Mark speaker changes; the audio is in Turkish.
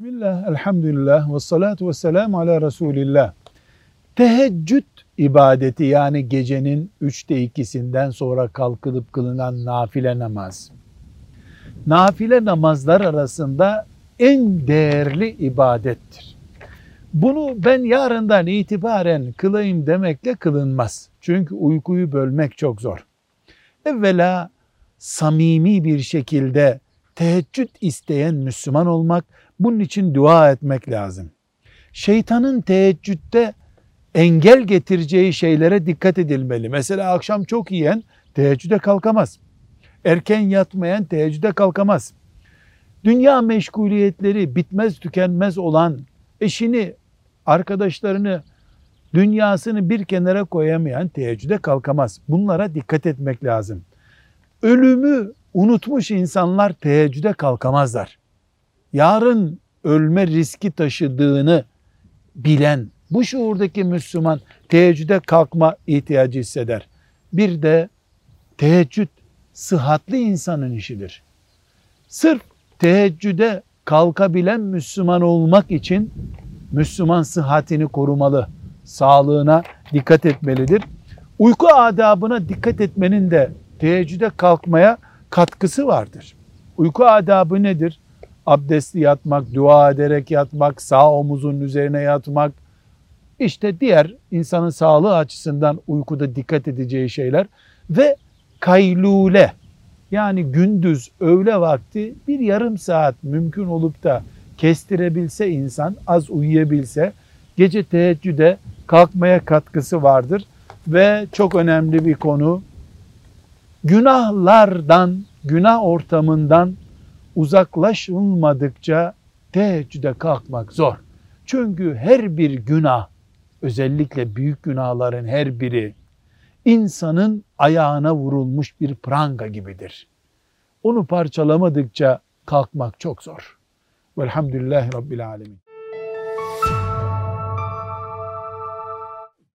Speaker 1: Bismillah, elhamdülillah, ve salatu ve selamu ala Resulillah. Teheccüd ibadeti, yani gecenin 2/3'sinden sonra kalkılıp kılınan nafile namaz. Nafile namazlar arasında en değerli ibadettir. Bunu ben yarından itibaren kılayım demekle kılınmaz. Çünkü uykuyu bölmek çok zor. Evvela samimi bir şekilde teheccüd isteyen Müslüman olmak, bunun için dua etmek lazım. Şeytanın teheccüdde engel getireceği şeylere dikkat edilmeli. Mesela akşam çok yiyen teheccüde kalkamaz. Erken yatmayan teheccüde kalkamaz. Dünya meşguliyetleri bitmez tükenmez olan, eşini, arkadaşlarını, dünyasını bir kenara koyamayan teheccüde kalkamaz. Bunlara dikkat etmek lazım. Ölümü unutmuş insanlar teheccüde kalkamazlar. Yarın ölme riski taşıdığını bilen bu şuurdaki Müslüman teheccüde kalkma ihtiyacı hisseder. Bir de teheccüd sıhhatli insanın işidir. Sırf teheccüde kalkabilen Müslüman olmak için Müslüman sıhhatini korumalı, sağlığına dikkat etmelidir. Uyku adabına dikkat etmenin de teheccüde kalkmaya katkısı vardır. Uyku adabı nedir? Abdestli yatmak, dua ederek yatmak, sağ omuzun üzerine yatmak, İşte diğer insanın sağlığı açısından uykuda dikkat edeceği şeyler ve kaylule, yani gündüz öğle vakti bir yarım saat mümkün olup da kestirebilse insan, az uyuyabilse gece teheccüde kalkmaya katkısı vardır. Ve çok önemli bir konu, günahlardan, günah ortamından uzaklaşılmadıkça teheccüde kalkmak zor. Çünkü her bir günah, özellikle büyük günahların her biri insanın ayağına vurulmuş bir pranga gibidir. Onu parçalamadıkça kalkmak çok zor. Velhamdülillahi Rabbil Alemin.